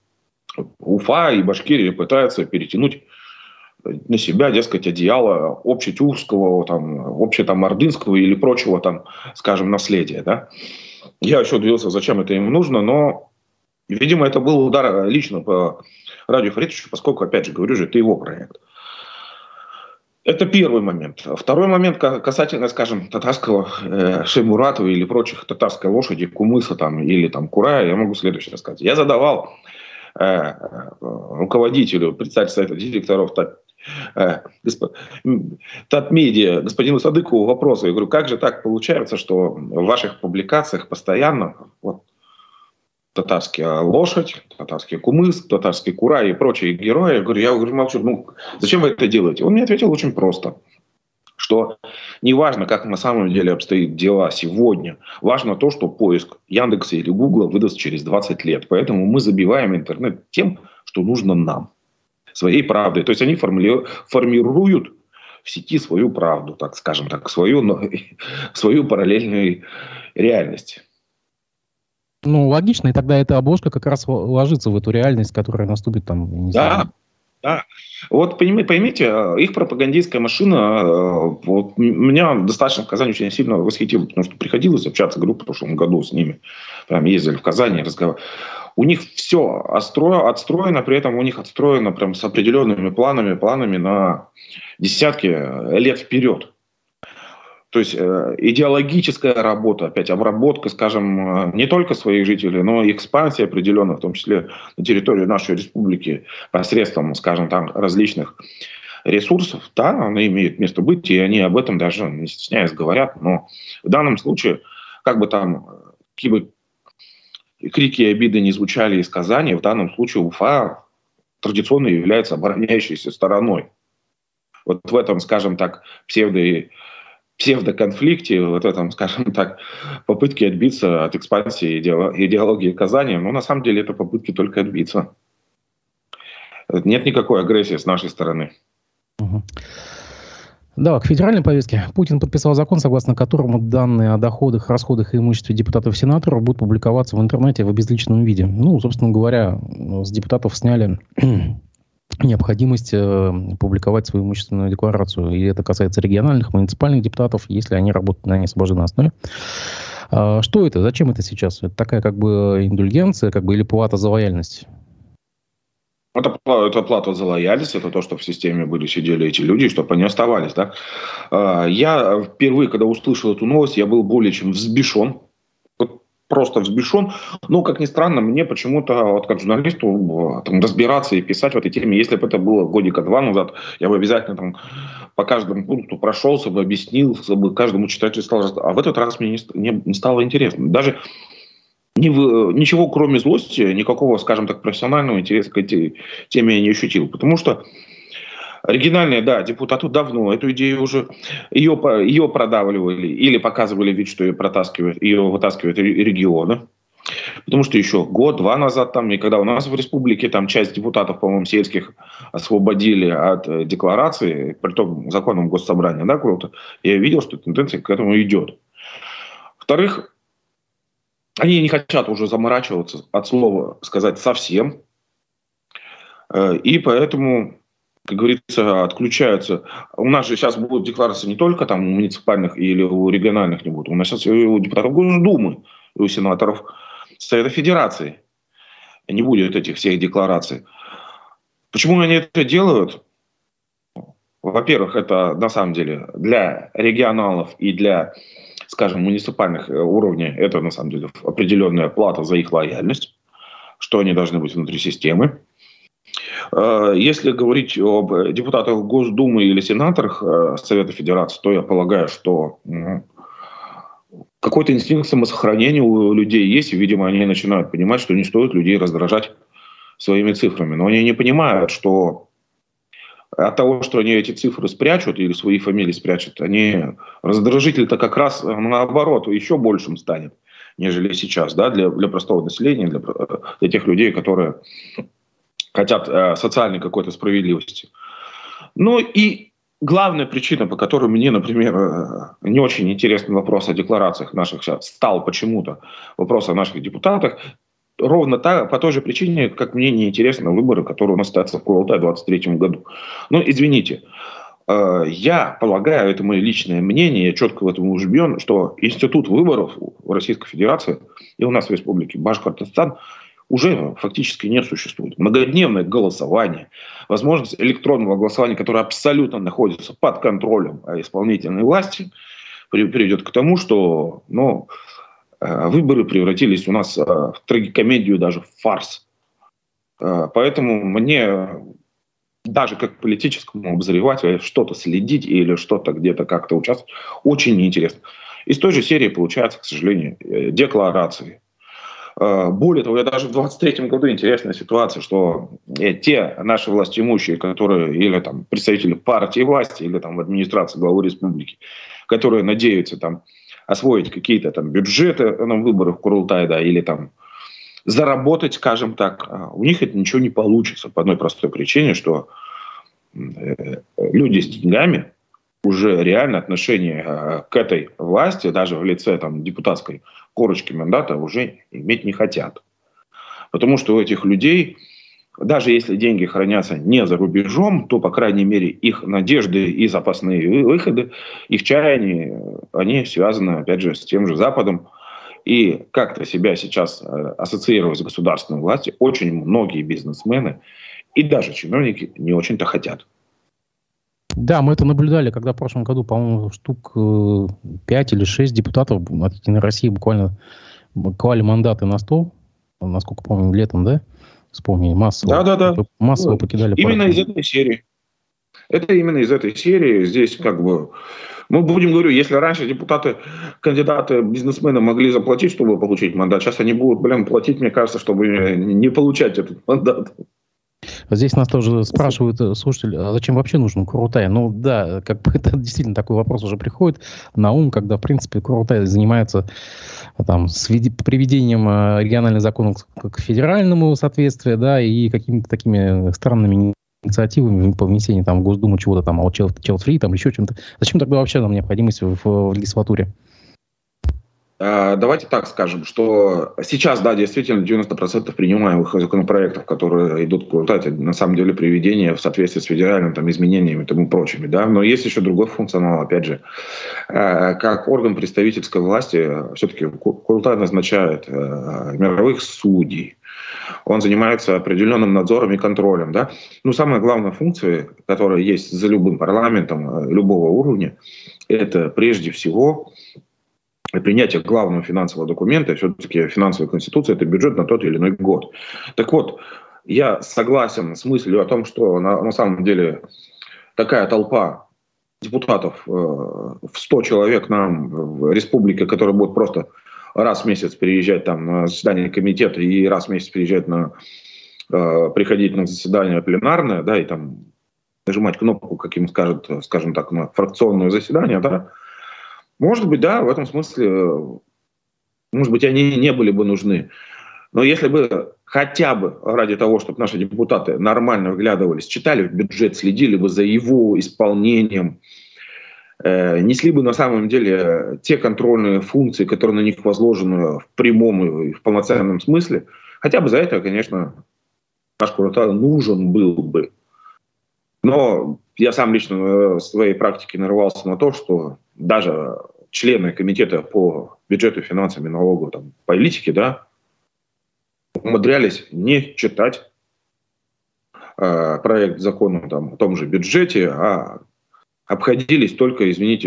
B: Уфа и Башкирия пытаются перетянуть на себя, дескать, одеяло общетюркского, там, общетамордынского или прочего, там, скажем, наследия. Да? Я еще удивился, зачем это им нужно, но, видимо, это был удар лично по Радию Фаритовичу, поскольку, опять же, говорю же, это его проект. Это первый момент. Второй момент касательно, скажем, татарского э, Шаймуратова или прочих татарской лошади, кумыса там, или там Курая, я могу следующее сказать. Я задавал э, руководителю, председателю совета директоров Тат, э, госп... Татмедиа, господину Садыкову вопросы. Я говорю, как же так получается, что в ваших публикациях постоянно вот, татарский лошадь, татарский кумыс, татарский курай и прочие герои. Я говорю, я говорю, молчу, ну зачем вы это делаете? Он мне ответил очень просто, что неважно, как на самом деле обстоят дела сегодня, важно то, что поиск Яндекса или Гугла выдаст через двадцать лет. Поэтому мы забиваем интернет тем, что нужно нам, своей правдой. То есть они форми- формируют в сети свою правду, так скажем так, свою, свою параллельную реальность.
A: Ну, логично, и тогда эта обложка как раз ложится в эту реальность, которая наступит там, не
B: да,
A: знаю.
B: Да, вот поймите, их пропагандистская машина, вот, меня достаточно в Казани очень сильно восхитила, потому что приходилось общаться, говорю, в прошлом году с ними, прям ездили в Казани, разговаривали. У них все отстроено, отстроено, при этом у них отстроено прям с определенными планами, планами на десятки лет вперед. То есть э, идеологическая работа, опять обработка, скажем, не только своих жителей, но и экспансия определенная, в том числе на территории нашей республики, посредством, скажем, там, различных ресурсов, да, она имеет место быть, и они об этом даже, не стесняясь, говорят. Но в данном случае, как бы там, какие бы крики и обиды не звучали из Казани, в данном случае Уфа традиционно является обороняющейся стороной. Вот в этом, скажем так, псевдо псевдоконфликте, вот в этом, скажем так, попытки отбиться от экспансии идеологии Казани, но на самом деле это попытки только отбиться. Нет никакой агрессии с нашей стороны.
A: Угу. Да, к федеральной повестке. Путин подписал закон, согласно которому данные о доходах, расходах и имуществе депутатов и сенаторов будут публиковаться в интернете в обезличенном виде. Ну, собственно говоря, с депутатов сняли необходимость э, публиковать свою имущественную декларацию. И это касается региональных, муниципальных депутатов, если они работают на неосвобожденной основе. А что это? Зачем это сейчас? Это такая как бы индульгенция, как бы или плата за лояльность?
B: Это, это плата за лояльность, это то, что в системе были, сидели эти люди, чтобы они оставались. Да? Я впервые, когда услышал эту новость, я был более чем взбешен. Просто взбешен. Но, как ни странно, мне почему-то, вот как журналисту, там, разбираться и писать в этой теме, если бы это было годика два назад, я бы обязательно там по каждому пункту прошелся бы, объяснил, бы каждому читателю сказал. А в этот раз мне не, не стало интересно. Даже ни в, ничего, кроме злости, никакого, скажем так, профессионального интереса к этой теме я не ощутил. Потому что оригинальные, да, депутаты давно эту идею уже, ее, ее продавливали или показывали вид, что ее протаскивают, ее вытаскивают регионы. Потому что еще год-два назад, там, и когда у нас в республике там часть депутатов, по-моему, сельских освободили от декларации, при том законом госсобрания, да, круто, я видел, что тенденция к этому идет. Во-вторых, они не хотят уже заморачиваться, от слова сказать, совсем. И поэтому, как говорится, отключаются. У нас же сейчас будут декларации не только там у муниципальных или у региональных не будут. У нас сейчас и у депутатов Госдумы, и у сенаторов Совета Федерации не будет этих всех деклараций. Почему они это делают? Во-первых, это на самом деле для регионалов и для, скажем, муниципальных уровней это на самом деле определенная плата за их лояльность, что они должны быть внутри системы. Если говорить об депутатах Госдумы или сенаторах Совета Федерации, то я полагаю, что какой-то инстинкт самосохранения у людей есть, и, видимо, они начинают понимать, что не стоит людей раздражать своими цифрами. Но они не понимают, что от того, что они эти цифры спрячут или свои фамилии спрячут, они раздражитель-то как раз наоборот еще большим станет, нежели сейчас, да, для, для простого населения, для, для тех людей, которые хотят э, социальной какой-то справедливости. Ну и главная причина, по которой мне, например, э, не очень интересный вопрос о декларациях наших сейчас стал почему-то вопрос о наших депутатах, ровно та, по той же причине, как мне не интересны выборы, которые у нас состоятся в Курултае в двадцать третьем году. Ну, извините, э, я полагаю, это мое личное мнение, я четко в этом убежден, что институт выборов в Российской Федерации и у нас в Республике Башкортостан уже фактически не существует. Многодневное голосование, возможность электронного голосования, которое абсолютно находится под контролем исполнительной власти, приведет к тому, что ну, выборы превратились у нас в трагикомедию, даже в фарс. Поэтому мне даже как политическому обозревателю что-то следить или что-то где-то как-то участвовать очень неинтересно. Из той же серии получается, к сожалению, декларации. Более того, я даже в двадцать третьем году интересная ситуация, что те наши властимущие, которые или там представители партии власти, или там в администрации главы республики, которые надеются там освоить какие-то там бюджеты на выборах в Курултае, да, или там заработать, скажем так, у них это ничего не получится по одной простой причине, что люди с деньгами уже реально отношение к этой власти, даже в лице там, депутатской корочки мандата, уже иметь не хотят. Потому что у этих людей, даже если деньги хранятся не за рубежом, то, по крайней мере, их надежды и запасные выходы, их чаяния, они связаны, опять же, с тем же Западом. И как-то себя сейчас ассоциировать с государственной властью очень многие бизнесмены и даже чиновники не очень-то хотят.
A: Да, мы это наблюдали, когда в прошлом году, по-моему, штук пять или шесть депутатов от «Единой России» буквально клали мандаты на стол, насколько помню, летом, да? Вспомнили, массово,
B: да, да, да.
A: массово покидали
B: именно
A: партию.
B: Из этой серии. Это именно из этой серии. Здесь как бы... Мы будем говорить, если раньше депутаты, кандидаты, бизнесмены могли заплатить, чтобы получить мандат, сейчас они будут, блин, платить, мне кажется, чтобы не получать этот мандат.
A: Здесь нас тоже спрашивают слушатели, а зачем вообще нужен Курултай? Ну да, как бы это действительно такой вопрос уже приходит на ум, когда, в принципе, Курултай занимается там, с приведением региональных законов к федеральному соответствию, да, и какими-то такими странными инициативами по внесению там, в Госдуму чего-то там, child free, там еще чем-то. Зачем тогда вообще нам необходимость в, в легислатуре?
B: Давайте так скажем, что сейчас, да, действительно, девяносто процентов принимаемых законопроектов, которые идут в результате, на самом деле, приведения в соответствии с федеральными там, изменениями и тому прочими. Да? Но есть еще другой функционал, опять же. Как орган представительской власти, все-таки Курултай назначает мировых судей. Он занимается определенным надзором и контролем. Да? Ну, самая главная функция, которая есть за любым парламентом, любого уровня, это прежде всего принятие главного финансового документа, все-таки финансовая конституция, это бюджет на тот или иной год. Так вот, я согласен с мыслью о том, что на, на самом деле такая толпа депутатов э, в сто человек нам в республике, которые будут просто раз в месяц приезжать там на заседание комитета и раз в месяц приезжать на, э, приходить на заседание пленарное, да, и там нажимать кнопку, как им скажут, скажем так, на фракционное заседание, да, может быть, да, в этом смысле, может быть, они не были бы нужны. Но если бы хотя бы ради того, чтобы наши депутаты нормально вглядывались, читали в бюджет, следили бы за его исполнением, э, несли бы на самом деле те контрольные функции, которые на них возложены в прямом и в полноценном смысле, хотя бы за это, конечно, наш Курултай нужен был бы. Но я сам лично в своей практике нарвался на то, что даже члены комитета по бюджету, финансам и налоговой там, политике, да, умудрялись не читать э, проект закона там, о том же бюджете, а обходились только, извините,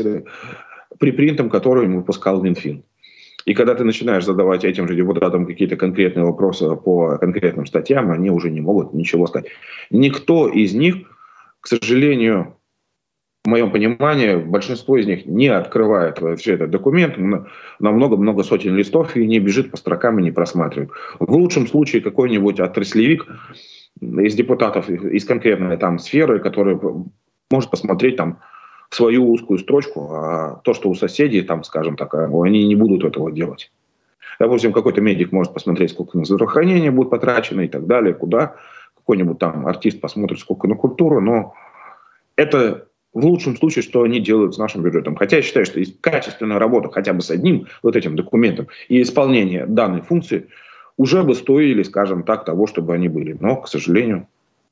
B: припринтом, который им выпускал Минфин. И когда ты начинаешь задавать этим же депутатам какие-то конкретные вопросы по конкретным статьям, они уже не могут ничего сказать. Никто из них, к сожалению, в моем понимании, большинство из них не открывает вообще этот документ на много-много сотен листов и не бежит по строкам и не просматривает. В лучшем случае какой-нибудь отраслевик из депутатов из конкретной там сферы, который может посмотреть там свою узкую строчку, а то, что у соседей, там, скажем так, они не будут этого делать. Допустим, какой-то медик может посмотреть, сколько на здравоохранение будет потрачено и так далее, куда. Какой-нибудь там артист посмотрит, сколько на культуру, но это в лучшем случае, что они делают с нашим бюджетом. Хотя я считаю, что качественная работа хотя бы с одним вот этим документом и исполнение данной функции уже бы стоили, скажем так, того, чтобы они были. Но, к сожалению,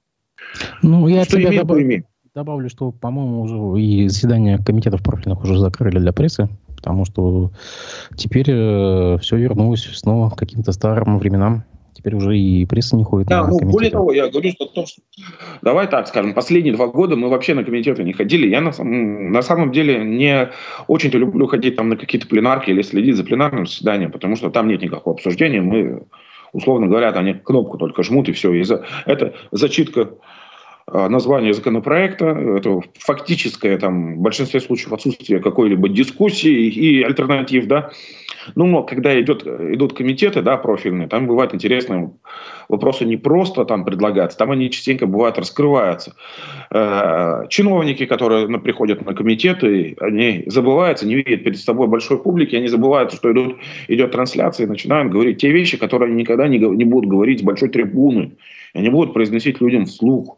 A: ну, я что имеем, добав... имеем. Добавлю, что, по-моему, уже и заседания комитетов профильных уже закрыли для прессы, потому что теперь э, все вернулось снова к каким-то старым временам. Теперь уже и пресса не ходит
B: да,
A: на
B: ну,
A: комитеты.
B: Более того, я говорю, что, то, что... Давай так скажем, последние два года мы вообще на комитеты не ходили. Я на, на самом деле не очень-то люблю ходить там на какие-то пленарки или следить за пленарным заседанием, потому что там нет никакого обсуждения. Мы, условно говоря, там они кнопку только жмут и все. И за... Это зачитка название законопроекта, это фактическое там, в большинстве случаев отсутствие какой-либо дискуссии и альтернатив, да. Ну, но когда идет, идут комитеты, да, профильные, там бывают интересные вопросы не просто там предлагаются, там они частенько бывают раскрываются. Э-э- чиновники, которые ну, приходят на комитеты, они забываются, не видят перед собой большой публики, они забывают, что идут, идет трансляция и начинают говорить те вещи, которые они никогда не, не будут говорить с большой трибуны, они будут произносить людям вслух.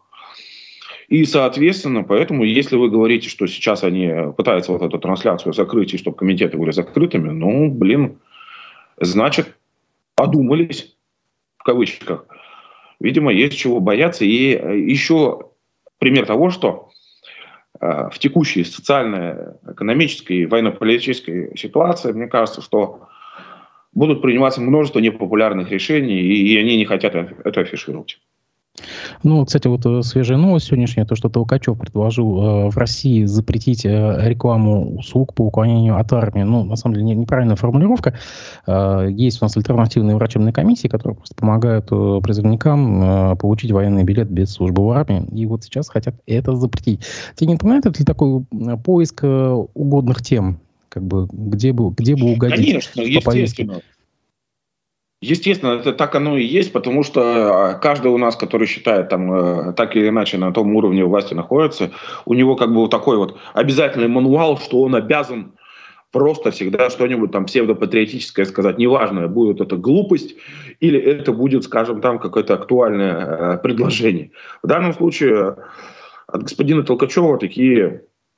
B: И, соответственно, поэтому, если вы говорите, что сейчас они пытаются вот эту трансляцию закрыть, и чтобы комитеты были закрытыми, ну, блин, значит, одумались, в кавычках. Видимо, есть чего бояться. И еще пример того, что э, в текущей социальной, экономической, военно-политической ситуации, мне кажется, что будут приниматься множество непопулярных решений, и, и они не хотят это афишировать.
A: Ну, кстати, вот свежая новость сегодняшняя, то, что Толкачев предложил э, в России запретить э, рекламу услуг по уклонению от армии. Ну, на самом деле, не, неправильная формулировка. Э, есть у нас альтернативные врачебные комиссии, которые просто помогают э, призывникам э, получить военный билет без службы в армии. И вот сейчас хотят это запретить. Тебе не напоминает это ли такой поиск э, угодных тем? Как бы, где бы, где бы угодить?
B: Конечно, естественно. Естественно, это так оно и есть, потому что каждый у нас, который считает, там, так или иначе на том уровне власти находится, у него как бы вот такой вот обязательный мануал, что он обязан просто всегда что-нибудь там псевдопатриотическое сказать. Неважно, будет это глупость или это будет, скажем, там какое-то актуальное предложение. В данном случае от господина Толкачева такие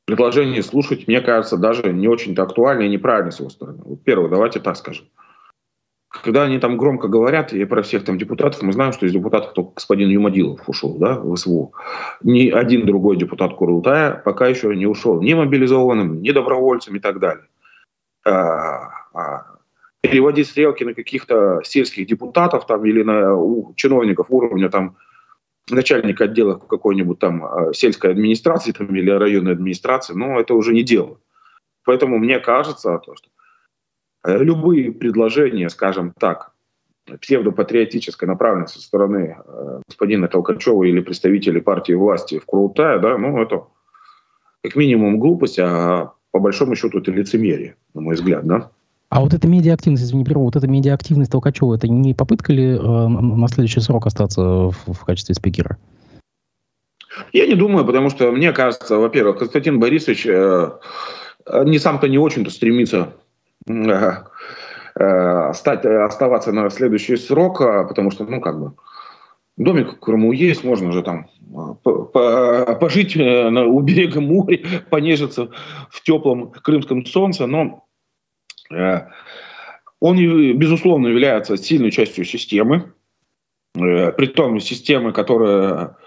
B: предложение слушать, мне кажется, даже не очень-то актуально и неправильно с его стороны. Вот первое, давайте так скажем. Когда они там громко говорят и про всех там депутатов, мы знаем, что из депутатов только господин Юмадилов ушел, да, в СВО. Ни один другой депутат Курултая пока еще не ушел ни мобилизованным, ни добровольцем и так далее. А, а, переводить стрелки на каких-то сельских депутатов там, или на у, чиновников уровня там, начальника отдела какой-нибудь там сельской администрации там, или районной администрации, ну, это уже не дело. Поэтому мне кажется, то, что любые предложения, скажем так, псевдопатриотической направленности со стороны э, господина Толкачева или представителей партии власти в Курултае, да, ну, это как минимум глупость, а по большому счету это лицемерие, на мой взгляд, да.
A: А вот эта медиа-активность, извини, перерву, вот эта медиа-активность Толкачева, это не попытка ли э, на следующий срок остаться в, в качестве спикера?
B: Я не думаю, потому что, мне кажется, во-первых, Константин Борисович э, не сам-то не очень-то стремится стать, оставаться на следующий срок, потому что, ну, как бы, домик в Крыму есть, можно же там пожить у берега моря, понежиться в теплом крымском солнце, но он, безусловно, является сильной частью системы, притом системы, которая,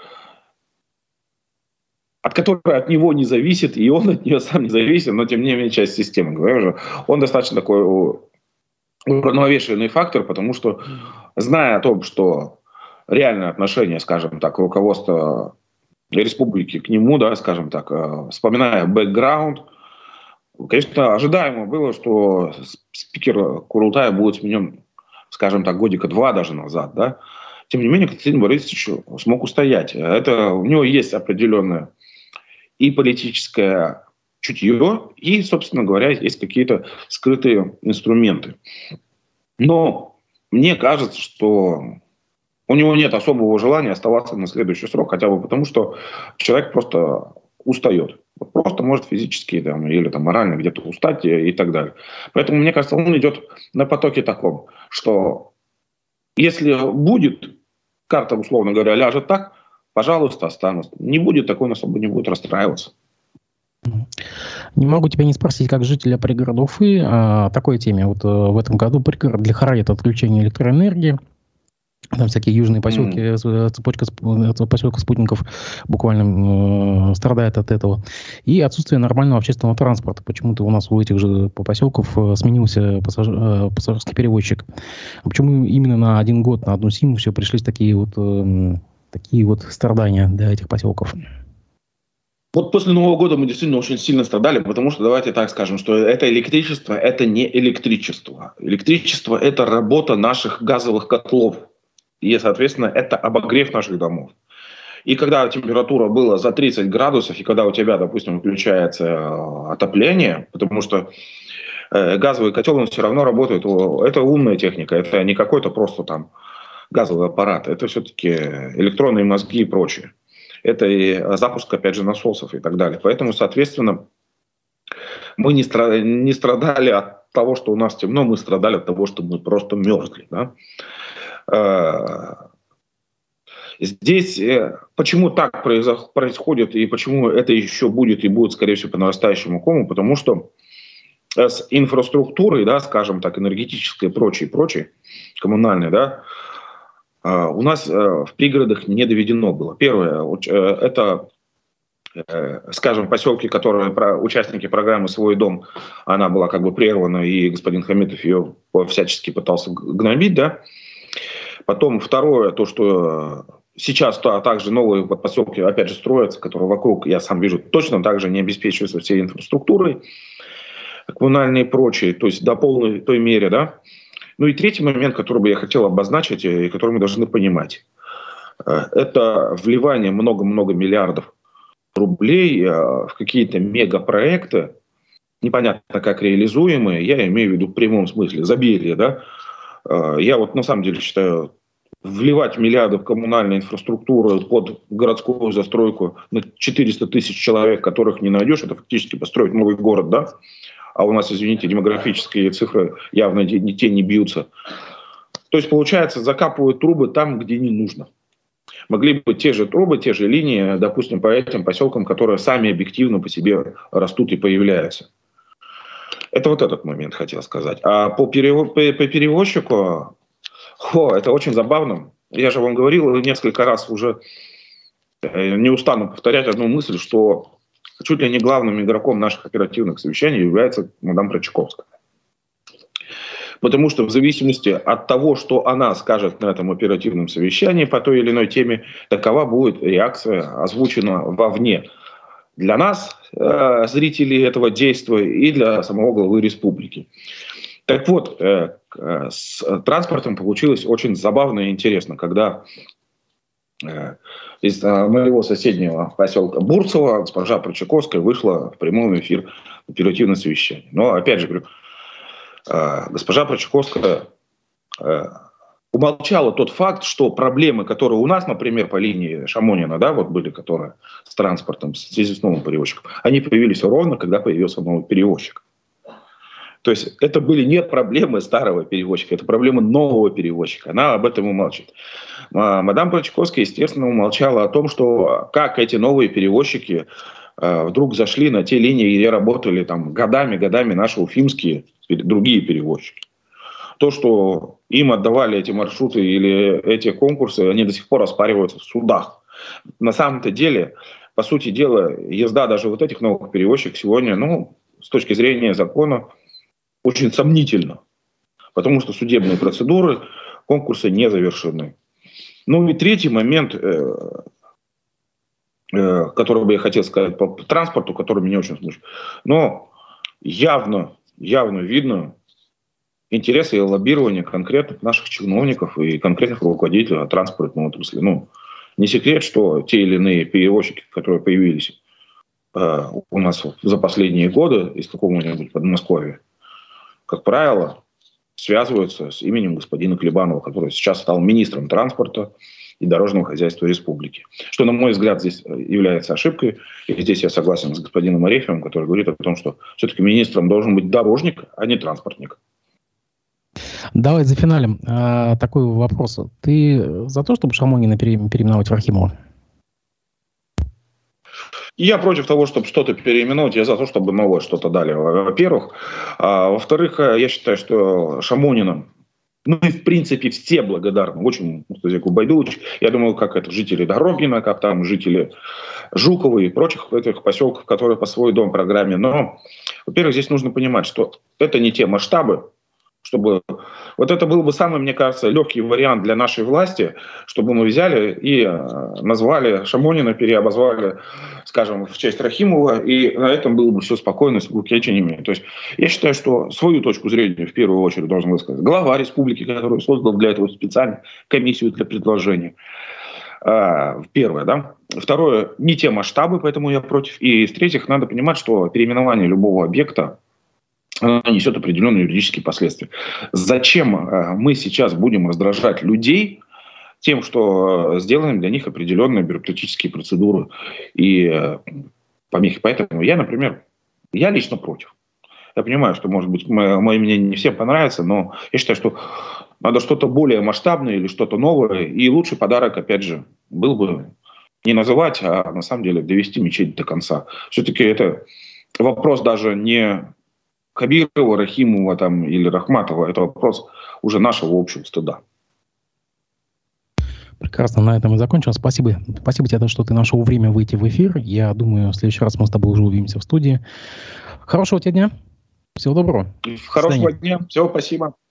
B: от которой от него не зависит, и он от нее сам не зависит, но тем не менее часть системы. Говорю же, он достаточно такой уравновешенный фактор, потому что, зная о том, что реальное отношение, скажем так, руководства республики к нему, да, скажем так, вспоминая бэкграунд, конечно, ожидаемо было, что спикер Курултая будет сменен, скажем так, годика два даже назад, да. Тем не менее, Константин Борисович смог устоять. Это, у него есть определенное и политическое чутье, и, собственно говоря, есть какие-то скрытые инструменты. Но мне кажется, что у него нет особого желания оставаться на следующий срок, хотя бы потому, что человек просто устает. Просто может физически там, или там, морально где-то устать и, и так далее. Поэтому, мне кажется, он идет на потоке таком, что если будет, карта, условно говоря, ляжет так, пожалуйста, останусь. Не будет, такой он особо не будет расстраиваться.
A: Не могу тебя не спросить, как жителя пригорода Уфы, о такой теме. Вот в этом году пригород для Хараит отключение электроэнергии. Там всякие южные поселки, mm. цепочка поселков спутников буквально э, страдает от этого. И отсутствие нормального общественного транспорта. Почему-то у нас у этих же поселков сменился пассаж, э, пассажирский перевозчик. А почему именно на один год, на одну зиму все пришлись такие вот, э, такие вот страдания для этих поселков?
B: Вот после Нового года мы действительно очень сильно страдали, потому что, давайте так скажем, что это электричество, это не электричество. Электричество – это работа наших газовых котлов. И, соответственно, это обогрев наших домов. И когда температура была за тридцать градусов, и когда у тебя, допустим, включается отопление, потому что газовый котел, он все равно работает, это умная техника, это не какой-то просто там газовый аппарат, это все-таки электронные мозги и прочее. Это и запуск, опять же, насосов и так далее. Поэтому, соответственно, мы не страдали, не страдали от того, что у нас темно, мы страдали от того, что мы просто мерзли. Да? Здесь почему так происходит и почему это еще будет и будет, скорее всего, по нарастающему кому? Потому что с инфраструктурой, да, скажем так, энергетической и прочее, прочее, коммунальной, да, у нас в пригородах не доведено было. Первое, это, скажем, поселки, которые участники программы «Свой дом», она была как бы прервана, и господин Хамитов ее всячески пытался гнобить, да. Потом второе, то, что сейчас то, также новые поселки, опять же, строятся, которые вокруг, я сам вижу, точно так же не обеспечиваются всей инфраструктурой, коммунальные и прочие, то есть до полной той мере, да. Ну и третий момент, который бы я хотел обозначить, и который мы должны понимать, это вливание много-много миллиардов рублей в какие-то мегапроекты, непонятно как реализуемые, я имею в виду в прямом смысле, забили, да. Я вот на самом деле считаю, вливать миллиарды в коммунальную инфраструктуру под городскую застройку на четыреста тысяч человек, которых не найдешь, это фактически построить новый город, да. А у нас, извините, демографические цифры явно не те не бьются. То есть, получается, закапывают трубы там, где не нужно. могли быть те же трубы, те же линии, допустим, по этим поселкам, которые сами объективно по себе растут и появляются. Это вот этот момент хотел сказать. А по, перев... по перевозчику, о, это очень забавно. Я же вам говорил несколько раз уже, не устану повторять одну мысль, что чуть ли не главным игроком наших оперативных совещаний является мадам Прочаковская. Потому что в зависимости от того, что она скажет на этом оперативном совещании по той или иной теме, такова будет реакция, озвучена вовне. Для нас, э, зрителей этого действия, и для самого главы республики. Так вот, э, э, с транспортом получилось очень забавно и интересно, когда э, из э, моего соседнего поселка Бурцево госпожа Прочаковская вышла в прямой эфир оперативного совещания. Но, опять же, говорю, госпожа Прочаковская э, умолчала тот факт, что проблемы, которые у нас, например, по линии Шамонина, да, вот были, которые с транспортом, в связи с новым перевозчиком, они появились ровно, когда появился новый перевозчик. То есть это были не проблемы старого перевозчика, это проблемы нового перевозчика. Она об этом умалчивает. А мадам Прочаковская, естественно, умолчала о том, что как эти новые перевозчики э, вдруг зашли на те линии, где работали там годами, годами наши уфимские другие перевозчики. То, что им отдавали эти маршруты или эти конкурсы, они до сих пор оспариваются в судах. На самом-то деле, по сути дела, езда даже вот этих новых перевозчиков сегодня, ну, с точки зрения закона, очень сомнительно. Потому что судебные процедуры, конкурсы не завершены. Ну и третий момент, э, э, который бы я хотел сказать по транспорту, который меня очень смущает. Но явно явно видно интересы и лоббирование конкретных наших чиновников и конкретных руководителей транспортной отрасли. Ну, не секрет, что те или иные перевозчики, которые появились э, у нас за последние годы из какого-нибудь Подмосковья, как правило, связываются с именем господина Клебанова, который сейчас стал министром транспорта и дорожного хозяйства республики. Что, на мой взгляд, здесь является ошибкой. И здесь я согласен с господином Арефьевым, который говорит о том, что все-таки министром должен быть дорожник, а не транспортник.
A: Давай зафиналим. А, такой вопрос. Ты за то, чтобы Шамонина переименовать в Архимова?
B: Я против того, чтобы что-то переименовать, я за то, чтобы новое что-то дали, во-первых. А, во-вторых, я считаю, что Шамонина, ну и в принципе все благодарны. Очень Мустазеку Байдуловичу. Я думаю, как это жители Дорогина, как там жители Жукова и прочих этих поселков, которые по свой дом программе. Но, во-первых, здесь нужно понимать, что это не те масштабы, чтобы... Вот это был бы самый, мне кажется, легкий вариант для нашей власти, чтобы мы взяли и назвали Шамонина, переобозвали, скажем, в честь Рахимова, и на этом было бы все спокойно, с гукечениями. То есть я считаю, что свою точку зрения в первую очередь должен высказать глава республики, который создал для этого специальную комиссию для предложений. Первое, да. Второе, не те масштабы, поэтому я против. И в-третьих, надо понимать, что переименование любого объекта несет определенные юридические последствия. Зачем мы сейчас будем раздражать людей тем, что сделаем для них определенные бюрократические процедуры и помехи? Поэтому я, например, я лично против. Я понимаю, что, может быть, мое, мое мнение не всем понравится, но я считаю, что надо что-то более масштабное или что-то новое. И лучший подарок, опять же, был бы не называть, а на самом деле довести мечеть до конца. Все-таки это вопрос даже не Кабирова, Рахимова там, или Рахматова. Это вопрос уже нашего общего стыда.
A: Прекрасно, на этом и закончим. Спасибо. Спасибо тебе, что ты нашел время выйти в эфир. Я думаю, в следующий раз мы с тобой уже увидимся в студии. Хорошего тебе дня. Всего доброго.
B: Хорошего дня. Всего спасибо.